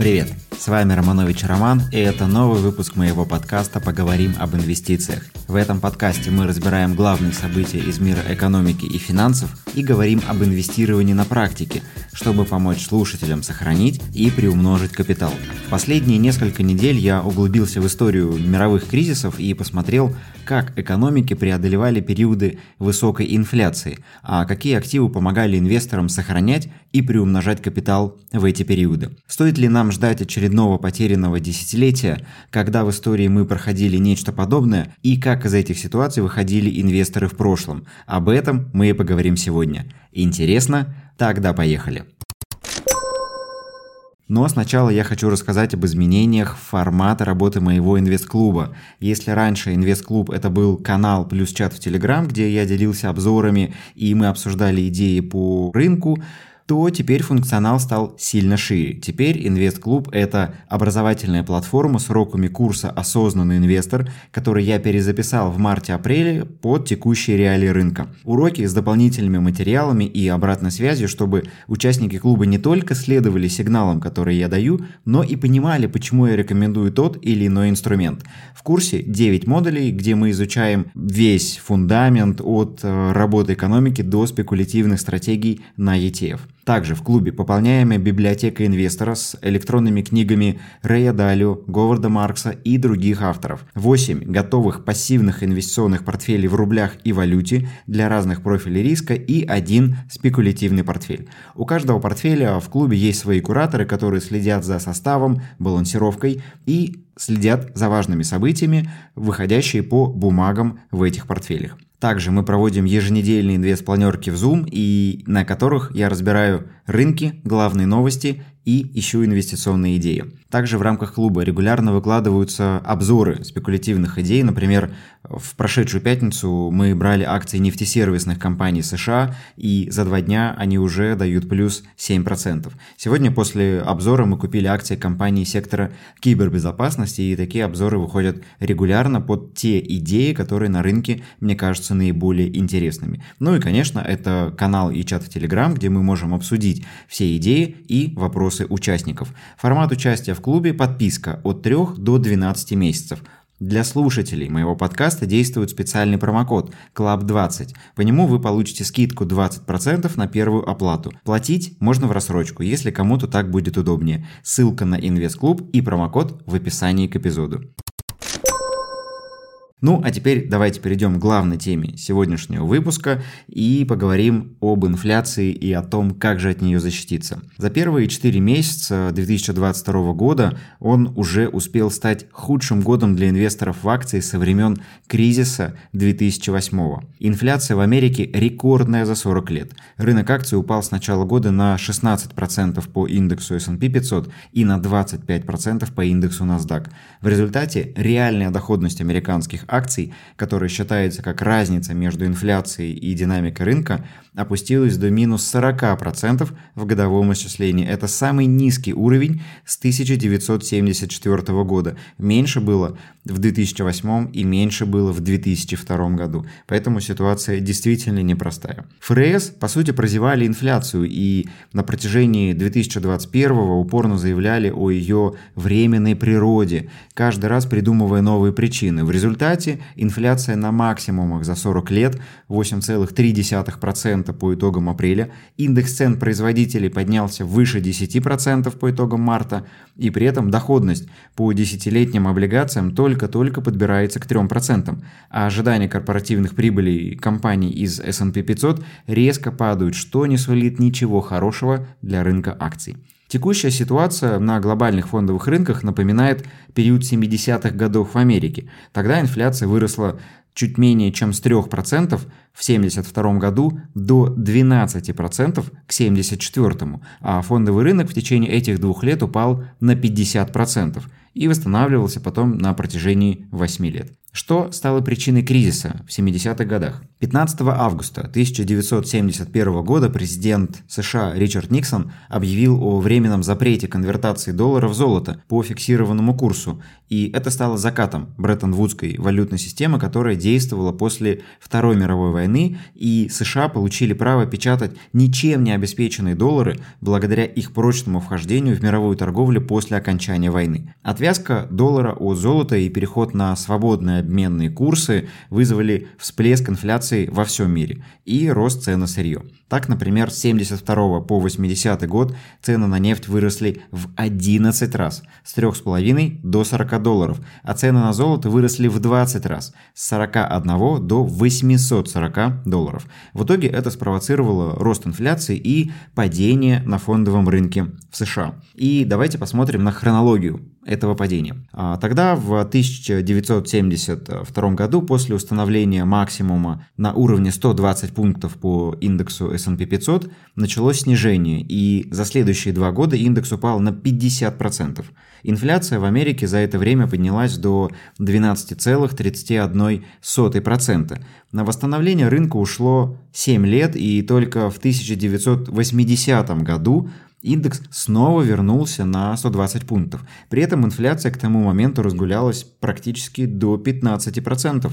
Привет, с вами Романович Роман, и это новый выпуск моего подкаста «Поговорим об инвестициях». В этом подкасте мы разбираем главные события из мира экономики и финансов и говорим об инвестировании на практике, чтобы помочь слушателям сохранить и приумножить капитал. В последние несколько недель я углубился в историю мировых кризисов и посмотрел, как экономики преодолевали периоды высокой инфляции, а какие активы помогали инвесторам сохранять и приумножать капитал в эти периоды. Стоит ли нам ждать очередного потерянного десятилетия, когда в истории мы проходили нечто подобное, и как из этих ситуаций выходили инвесторы в прошлом? Об этом мы и поговорим сегодня. Интересно? Тогда поехали. Но сначала я хочу рассказать об изменениях формата работы моего инвест-клуба. Если раньше инвест-клуб это был канал плюс чат в Telegram, где я делился обзорами и мы обсуждали идеи по рынку, то теперь функционал стал сильно шире. Теперь инвест-клуб – это образовательная платформа с уроками курса «Осознанный инвестор», который я перезаписал в марте-апреле под текущие реалии рынка. Уроки с дополнительными материалами и обратной связью, чтобы участники клуба не только следовали сигналам, которые я даю, но и понимали, почему я рекомендую тот или иной инструмент. В курсе 9 модулей, где мы изучаем весь фундамент от работы экономики до спекулятивных стратегий на ETF. Также в клубе пополняемая библиотека инвестора с электронными книгами Рэя Далио, Говарда Маркса и других авторов. 8 готовых пассивных инвестиционных портфелей в рублях и валюте для разных профилей риска и 1 спекулятивный портфель. У каждого портфеля в клубе есть свои кураторы, которые следят за составом, балансировкой и следят за важными событиями, выходящие по бумагам в этих портфелях. Также мы проводим еженедельные инвест-планерки в Zoom, и на которых я разбираю рынки, главные новости и ищу инвестиционные идеи. Также в рамках клуба регулярно выкладываются обзоры спекулятивных идей. Например, в прошедшую пятницу мы брали акции нефтесервисных компаний США, и за 2 дня они уже дают плюс 7%. Сегодня после обзора мы купили акции компаний сектора кибербезопасности, и такие обзоры выходят регулярно под те идеи, которые на рынке, мне кажутся, наиболее интересными. Ну и, конечно, это канал и чат в Telegram, где мы можем обсудить все идеи и вопросы участников. Формат участия в клубе – подписка от 3 до 12 месяцев. Для слушателей моего подкаста действует специальный промокод CLUB20. По нему вы получите скидку 20% на первую оплату. Платить можно в рассрочку, если кому-то так будет удобнее. Ссылка на инвест-клуб и промокод в описании к эпизоду. Ну, а теперь давайте перейдем к главной теме сегодняшнего выпуска и поговорим об инфляции и о том, как же от нее защититься. За первые 4 месяца 2022 года он уже успел стать худшим годом для инвесторов в акции со времен кризиса 2008. Инфляция в Америке рекордная за 40 лет. Рынок акций упал с начала года на 16% по индексу S&P 500 и на 25% по индексу NASDAQ. В результате реальная доходность американских акций, которая считается как разница между инфляцией и динамикой рынка, опустилась до минус 40% в годовом исчислении. Это самый низкий уровень с 1974 года. Меньше было в 2008 и меньше было в 2002 году. Поэтому ситуация действительно непростая. ФРС, по сути, прозевали инфляцию и на протяжении 2021 упорно заявляли о ее временной природе, каждый раз придумывая новые причины. В результате инфляция на максимумах за 40 лет 8,3% по итогам апреля, индекс цен производителей поднялся выше 10% по итогам марта, и при этом доходность по десятилетним облигациям только-только подбирается к 3%, а ожидания корпоративных прибылей компаний из S&P 500 резко падают, что не сулит ничего хорошего для рынка акций. Текущая ситуация на глобальных фондовых рынках напоминает период 70-х годов в Америке. Тогда инфляция выросла чуть менее чем с 3% в 1972 году до 12% к 1974, а фондовый рынок в течение этих 2 лет упал на 50%. и восстанавливался потом на протяжении 8 лет. Что стало причиной кризиса в 70-х годах? 15 августа 1971 года президент США Ричард Никсон объявил о временном запрете конвертации доллара в золото по фиксированному курсу, и это стало закатом Бреттон-Вудской валютной системы, которая действовала после Второй мировой войны, и США получили право печатать ничем не обеспеченные доллары благодаря их прочному вхождению в мировую торговлю после окончания войны. Отвязка доллара от золота и переход на свободные обменные курсы вызвали всплеск инфляции во всем мире и рост цен на сырье. Так, например, с 72 по 80 год цены на нефть выросли в 11 раз, с 3,5 до 40 долларов, а цены на золото выросли в 20 раз, с 41 до 840 долларов. В итоге это спровоцировало рост инфляции и падение на фондовом рынке в США. И давайте посмотрим на хронологию этого падения. Тогда в 1972 году, после установления максимума на уровне 120 пунктов по индексу S&P 500, началось снижение, и за следующие 2 года индекс упал на 50%. Инфляция в Америке за это время поднялась до 12,31%. На восстановление рынка ушло 7 лет, и только в 1980 году индекс снова вернулся на 120 пунктов. При этом инфляция к тому моменту разгулялась практически до 15%,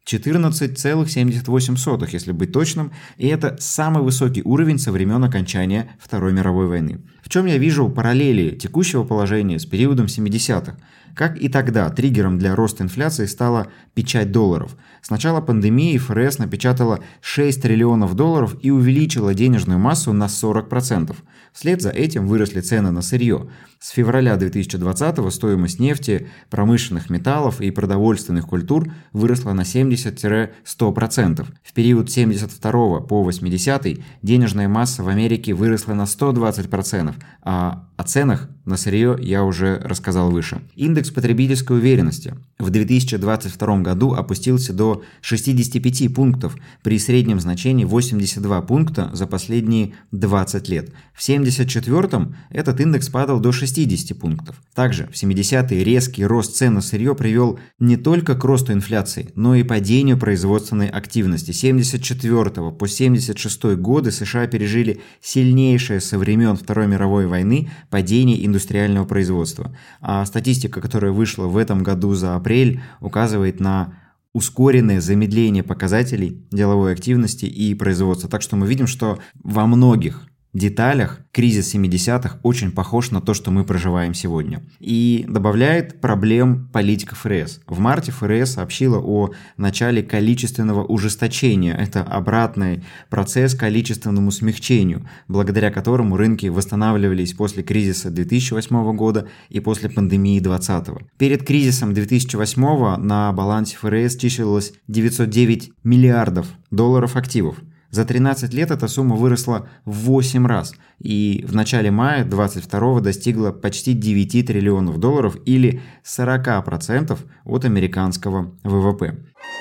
14,78, если быть точным, и это самый высокий уровень со времен окончания Второй мировой войны. В чем я вижу параллели текущего положения с периодом 70-х? Как и тогда, триггером для роста инфляции стала печать долларов. С начала пандемии ФРС напечатала 6 триллионов долларов и увеличила денежную массу на 40%. Вслед за этим выросли цены на сырье. С февраля 2020-го стоимость нефти, промышленных металлов и продовольственных культур выросла на 70-100%. В период с 72 по 80 денежная масса в Америке выросла на 120%, а о ценах на сырье я уже рассказал выше. Индекс потребительской уверенности в 2022 году опустился до 65 пунктов при среднем значении 82 пункта за последние 20 лет. В 1974 этот индекс падал до 60 пунктов. Также в 70-е резкий рост цен на сырье привел не только к росту инфляции, но и падению производственной активности. С 74 по 76 годы США пережили сильнейшее со времен Второй мировой войны падение индустриального производства. А статистика, которая вышла в этом году за апрель, указывает на ускоренное замедление показателей деловой активности и производства. Так что мы видим, что во многих деталях кризис 70-х очень похож на то, что мы проживаем сегодня. И добавляет проблем политика ФРС. В марте ФРС сообщила о начале количественного ужесточения. Это обратный процесс к количественному смягчению, благодаря которому рынки восстанавливались после кризиса 2008 года и после пандемии 2020. Перед кризисом 2008 на балансе ФРС числилось 909 миллиардов долларов активов. За 13 лет эта сумма выросла в 8 раз и в начале мая 2022 достигла почти 9 триллионов долларов или 40% от американского ВВП.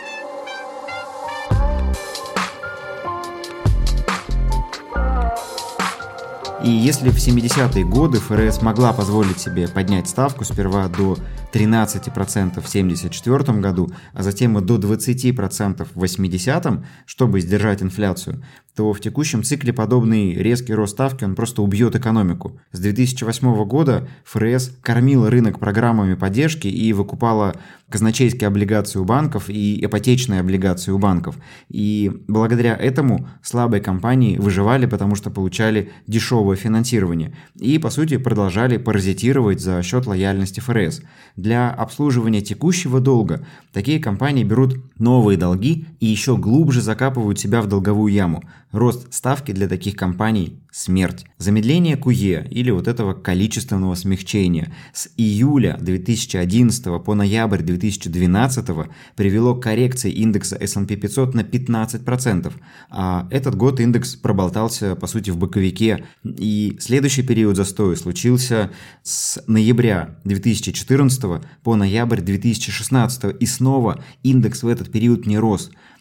И если в 70-е годы ФРС могла позволить себе поднять ставку сперва до 13% в 1974 году, а затем и до 20% в 80-м, чтобы сдержать инфляцию, то в текущем цикле подобный резкий рост ставки он просто убьет экономику. С 2008 года ФРС кормила рынок программами поддержки и выкупала казначейские облигации у банков и ипотечные облигации у банков. И благодаря этому слабые компании выживали, потому что получали дешевое финансирование и, по сути, продолжали паразитировать за счет лояльности ФРС. Для обслуживания текущего долга такие компании берут новые долги и еще глубже закапывают себя в долговую яму. Рост ставки для таких компаний – смерть. Замедление QE или вот этого количественного смягчения с июля 2011 по ноябрь 2012 привело к коррекции индекса S&P 500 на 15%, а этот год индекс проболтался, по сути, в боковике, и следующий период застоя случился с ноября 2014 по ноябрь 2016, и снова индекс в этот период не рос.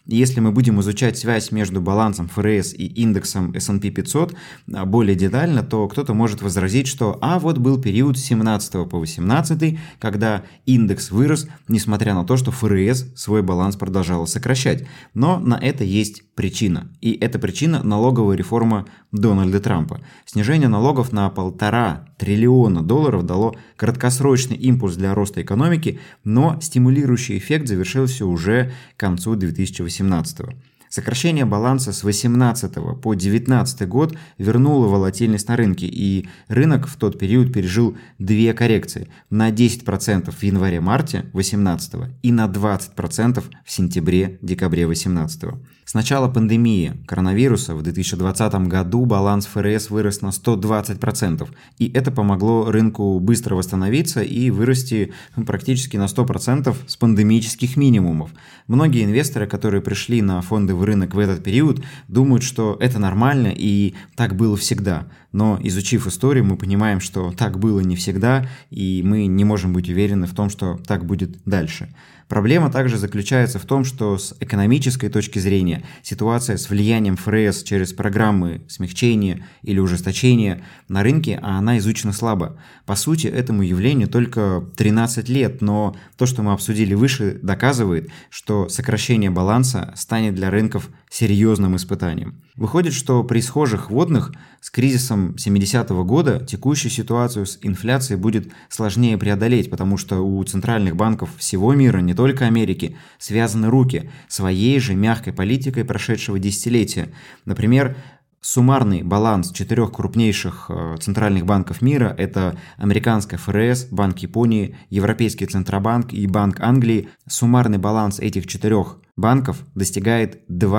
И если мы будем изучать связь между балансом ФРС и индексом S&P 500 более детально, то кто-то может возразить, что вот был период с 17 по 18, когда индекс вырос, несмотря на то, что ФРС свой баланс продолжала сокращать. Но на это есть причина. И эта причина – налоговая реформа Дональда Трампа. Снижение налогов на $1,5 триллиона дало краткосрочный импульс для роста экономики, но стимулирующий эффект завершился уже к концу 2018 года. Сокращение баланса с 2018 по 2019 год вернуло волатильность на рынке, и рынок в тот период пережил две коррекции – на 10% в январе-марте 2018 и на 20% в сентябре-декабре 2018. С начала пандемии коронавируса в 2020 году баланс ФРС вырос на 120%, и это помогло рынку быстро восстановиться и вырасти практически на 100% с пандемических минимумов. Многие инвесторы, которые пришли на фондовый рынок в этот период, думают, что это нормально и так было всегда. Но изучив историю, мы понимаем, что так было не всегда, и мы не можем быть уверены в том, что так будет дальше. Проблема также заключается в том, что с экономической точки зрения ситуация с влиянием ФРС через программы смягчения или ужесточения на рынке, она изучена слабо. По сути, этому явлению только 13 лет, но то, что мы обсудили выше, доказывает, что сокращение баланса станет для рынков серьезным испытанием. Выходит, что при схожих вводных с кризисом 70-го года текущую ситуацию с инфляцией будет сложнее преодолеть, потому что у центральных банков всего мира, не только Америки, связаны руки своей же мягкой политикой прошедшего десятилетия. Например, суммарный баланс 4 крупнейших центральных банков мира – это американская ФРС, Банк Японии, Европейский Центробанк и Банк Англии. Суммарный баланс этих 4 банков достигает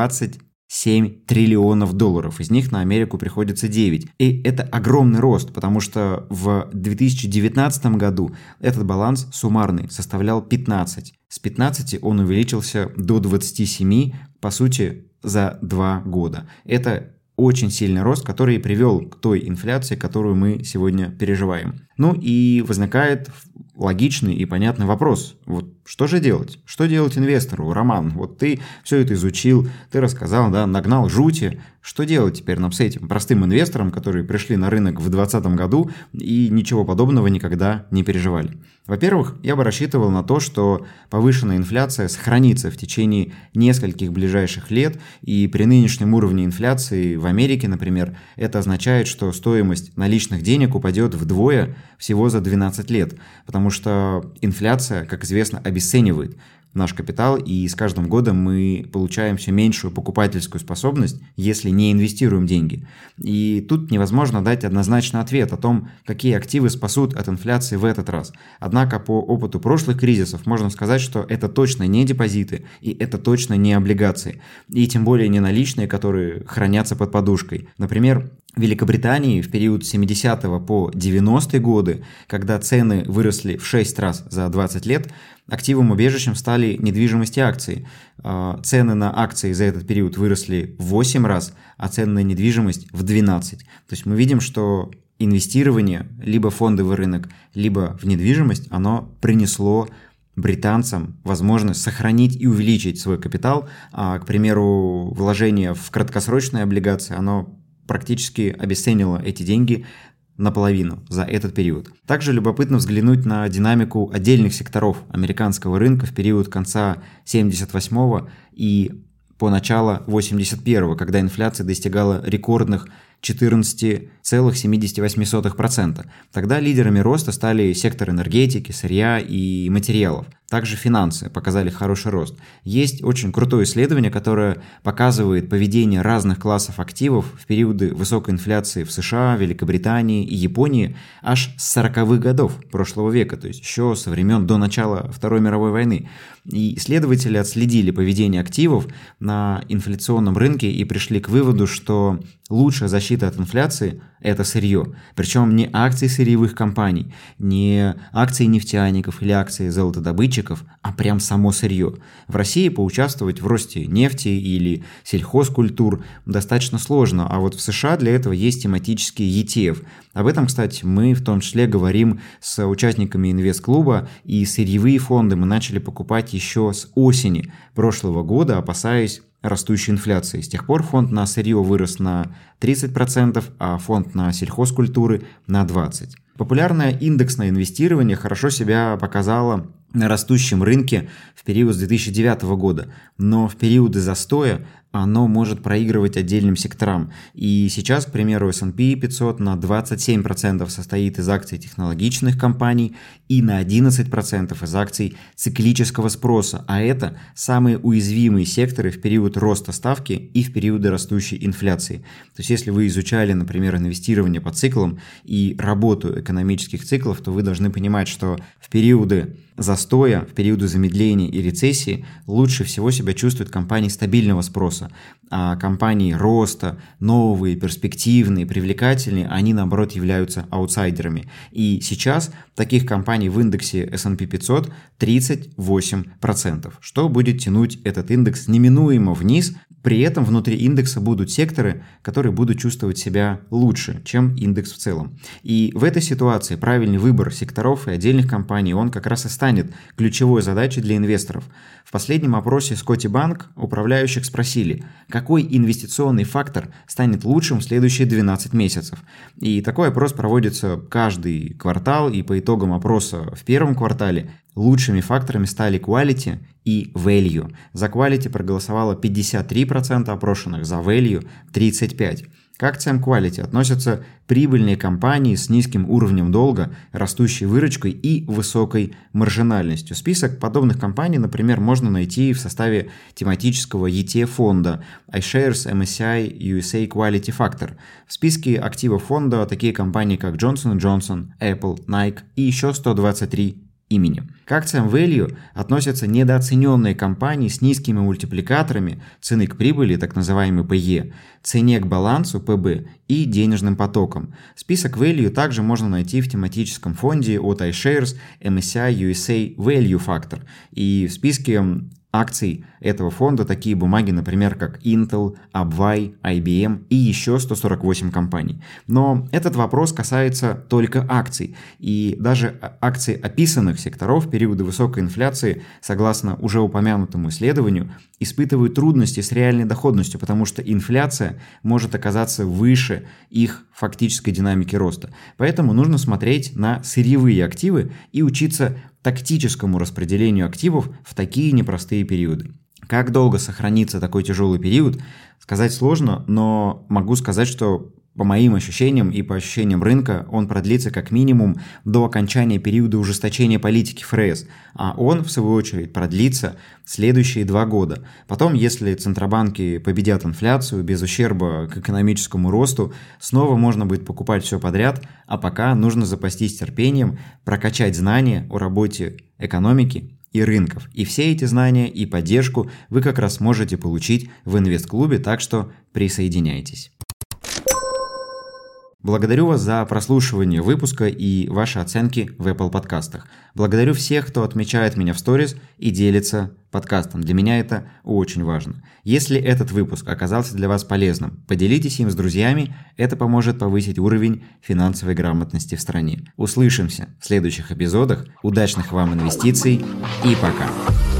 27 триллионов долларов, из них на Америку приходится 9. И это огромный рост, потому что в 2019 году этот баланс суммарный составлял 15. С 15 он увеличился до 27, по сути, за 2 года. Это очень сильный рост, который привел к той инфляции, которую мы сегодня переживаем. Ну и возникает логичный и понятный вопрос. Вот что же делать? Что делать инвестору? Роман, вот ты все это изучил, ты рассказал, да, нагнал жути. Что делать теперь нам с этим простым инвесторам, которые пришли на рынок в 2020 году и ничего подобного никогда не переживали? Во-первых, я бы рассчитывал на то, что повышенная инфляция сохранится в течение нескольких ближайших лет, и при нынешнем уровне инфляции в Америке, например, это означает, что стоимость наличных денег упадет вдвое всего за 12 лет, потому что инфляция, как известно, обесценивает наш капитал, и с каждым годом мы получаем все меньшую покупательскую способность, если не инвестируем деньги. И тут невозможно дать однозначный ответ о том, какие активы спасут от инфляции в этот раз. Однако по опыту прошлых кризисов можно сказать, что это точно не депозиты, и это точно не облигации, и тем более не наличные, которые хранятся под подушкой. Например, в Великобритании в период с 70 по 90 годы, когда цены выросли в 6 раз за 20 лет, активом-убежищем стали недвижимость и акции. Цены на акции за этот период выросли в 8 раз, а цены на недвижимость в 12. То есть мы видим, что инвестирование либо в фондовый рынок, либо в недвижимость, оно принесло британцам возможность сохранить и увеличить свой капитал. К примеру, вложение в краткосрочные облигации, оно практически обесценило эти деньги наполовину за этот период. Также любопытно взглянуть на динамику отдельных секторов американского рынка в период конца 78-го и по начало 81-го, когда инфляция достигала рекордных 14,78%. Тогда лидерами роста стали сектор энергетики, сырья и материалов. Также финансы показали хороший рост. Есть очень крутое исследование, которое показывает поведение разных классов активов в периоды высокой инфляции в США, Великобритании и Японии аж с 40-х годов прошлого века, то есть еще со времен до начала Второй мировой войны. И исследователи отследили поведение активов на инфляционном рынке и пришли к выводу, что лучшая защита от инфляции – это сырье. Причем не акции сырьевых компаний, не акции нефтяников или акции золотодобытчиков, а прям само сырье. В России поучаствовать в росте нефти или сельхозкультур достаточно сложно, а вот в США для этого есть тематический ETF. Об этом, кстати, мы в том числе говорим с участниками инвестклуба, и сырьевые фонды мы начали покупать еще с осени прошлого года, опасаясь растущей инфляции. С тех пор фонд на сырье вырос на 30%, а фонд на сельхозкультуры на 20%. Популярное индексное инвестирование хорошо себя показало на растущем рынке в период с 2009 года, но в периоды застоя оно может проигрывать отдельным секторам. И сейчас, к примеру, S&P 500 на 27% состоит из акций технологичных компаний и на 11% из акций циклического спроса, а это самые уязвимые секторы в период роста ставки и в периоды растущей инфляции. То есть, если вы изучали, например, инвестирование по циклам и работу экономических циклов, то вы должны понимать, что в периоды застоя, в периоды замедления и рецессии лучше всего себя чувствуют компании стабильного спроса, а компании роста, новые, перспективные, привлекательные, они наоборот являются аутсайдерами. И сейчас таких компаний в индексе S&P 500 38%, что будет тянуть этот индекс неминуемо вниз. При этом внутри индекса будут секторы, которые будут чувствовать себя лучше, чем индекс в целом. И в этой ситуации правильный выбор секторов и отдельных компаний, он как раз и станет ключевой задачей для инвесторов. В последнем опросе Scotiabank управляющих спросили, какой инвестиционный фактор станет лучшим в следующие 12 месяцев. И такой опрос проводится каждый квартал, и по итогам опроса в первом квартале лучшими факторами стали quality и value. За quality проголосовало 53% опрошенных, за value 35%. К акциям quality относятся прибыльные компании с низким уровнем долга, растущей выручкой и высокой маржинальностью. Список подобных компаний, например, можно найти в составе тематического ETF-фонда iShares MSCI USA Quality Factor. В списке активов фонда такие компании, как Johnson & Johnson, Apple, Nike и еще 123 имени. К акциям value относятся недооцененные компании с низкими мультипликаторами цены к прибыли, так называемый PE, цене к балансу PB и денежным потоком. Список value также можно найти в тематическом фонде от iShares MSCI USA Value Factor. И в списке акций этого фонда такие бумаги, например, как Intel, Abvay, IBM и еще 148 компаний. Но этот вопрос касается только акций. И даже акции описанных секторов в периоды высокой инфляции, согласно уже упомянутому исследованию, испытывают трудности с реальной доходностью, потому что инфляция может оказаться выше их фактической динамики роста. Поэтому нужно смотреть на сырьевые активы и учиться тактическому распределению активов в такие непростые периоды. Как долго сохранится такой тяжелый период, сказать сложно, но могу сказать, что по моим ощущениям и по ощущениям рынка он продлится как минимум до окончания периода ужесточения политики ФРС, а он, в свою очередь, продлится следующие 2 года. Потом, если центробанки победят инфляцию без ущерба к экономическому росту, снова можно будет покупать все подряд, а пока нужно запастись терпением, прокачать знания о работе экономики и рынков. И все эти знания и поддержку вы как раз можете получить в инвестклубе, так что присоединяйтесь. Благодарю вас за прослушивание выпуска и ваши оценки в Apple подкастах. Благодарю всех, кто отмечает меня в сторис и делится подкастом. Для меня это очень важно. Если этот выпуск оказался для вас полезным, поделитесь им с друзьями. Это поможет повысить уровень финансовой грамотности в стране. Услышимся в следующих эпизодах. Удачных вам инвестиций и пока!